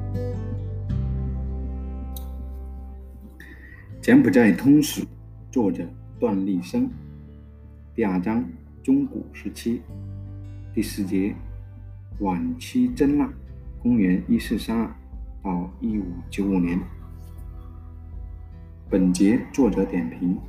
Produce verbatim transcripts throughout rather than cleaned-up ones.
柬埔寨通史，作者段立生。第二章，中古时期。第四节，晚期真腊，公元一四三二到一五九五年。本节作者点评：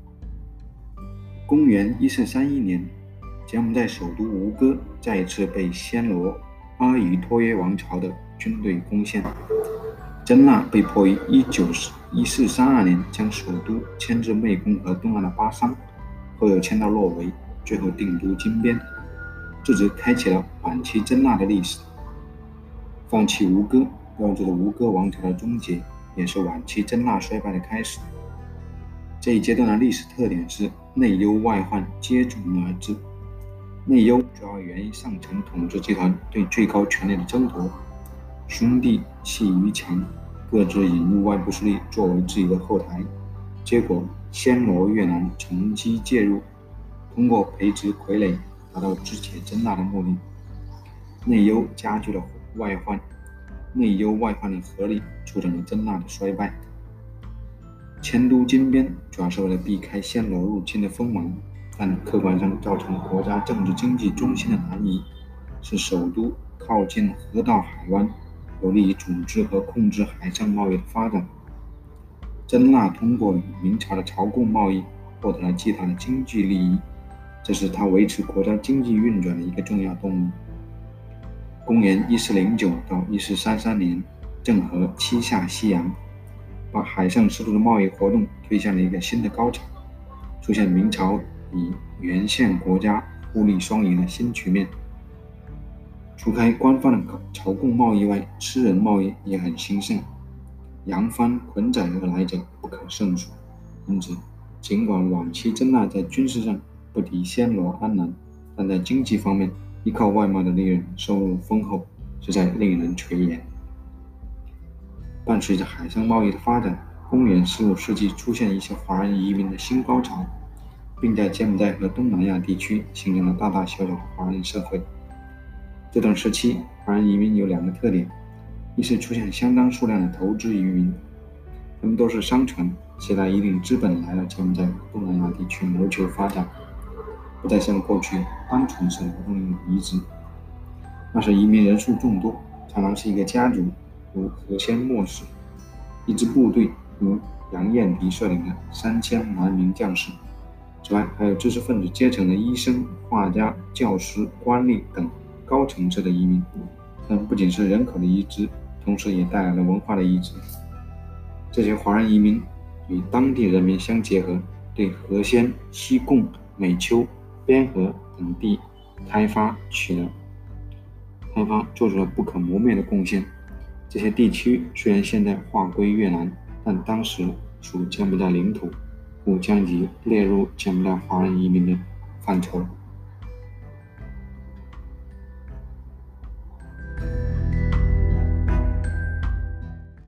公元一四三一年，柬埔寨首都吴哥再一次被暹罗阿瑜托耶王朝的军队攻陷。真腊被迫于一四三二年将首都迁至湄公河东岸的巴桑，后又迁到洛维，最后定都金边，这则开启了晚期真腊的历史。放弃吴哥标志着吴哥王朝的终结，也是晚期真腊衰败的开始。这一阶段的历史特点是内忧外患接踵而至。内忧主要源于上层统治集团对最高权力的争夺，兄弟阋于强，各自引入外部势力作为自己的后台，结果暹罗越南乘机介入，通过培植傀儡达到肢解真腊的目的。内忧加剧了外患，内忧外患的合力促成了真腊的衰败。迁都金边主要是为了避开暹罗入侵的锋芒，但客观上造成国家政治经济中心的南移，使首都靠近河道海湾，有利于组织和控制海上贸易的发展。真腊通过与明朝的朝贡贸易获得了巨大的经济利益，这是它维持国家经济运转的一个重要动力。公元一四零九到一四三三年，郑和七下西洋，把海上丝路的贸易活动推向了一个新的高潮，出现明朝以沿线国家互利双赢的新局面。除开官方的朝贡贸易外，私人贸易也很兴盛，扬帆捆载而来者不可胜数。因此，尽管晚期真腊在军事上不敌暹罗安南，但在经济方面依靠外贸的利润收入丰厚，实在令人垂涎。伴随着海上贸易的发展，公元十五世纪出现一些华人移民的新高潮，并在柬埔寨和东南亚地区形成了大大小小的华人社会。这段时期，华人移民有两个特点：一是出现相当数量的投资移民，他们都是商船携带一定资本来到柬埔寨和东南亚地区谋求发展，不再像过去单纯是劳动力移植。那时移民人数众多，常常是一个家族，如何仙莫氏，一支部队，如杨彦迪率领的三千南明将士。此外，还有知识分子阶层的医生、画家、教师、官吏等高层次的移民。他们不仅是人口的移植，同时也带来了文化的移植。这些华人移民与当地人民相结合，对河仙、西贡、美丘、边河等地开发取了开发做出了不可磨灭的贡献。这些地区虽然现在划归越南，但当时属柬埔寨领土，故将其列入柬埔寨华人移民的范畴。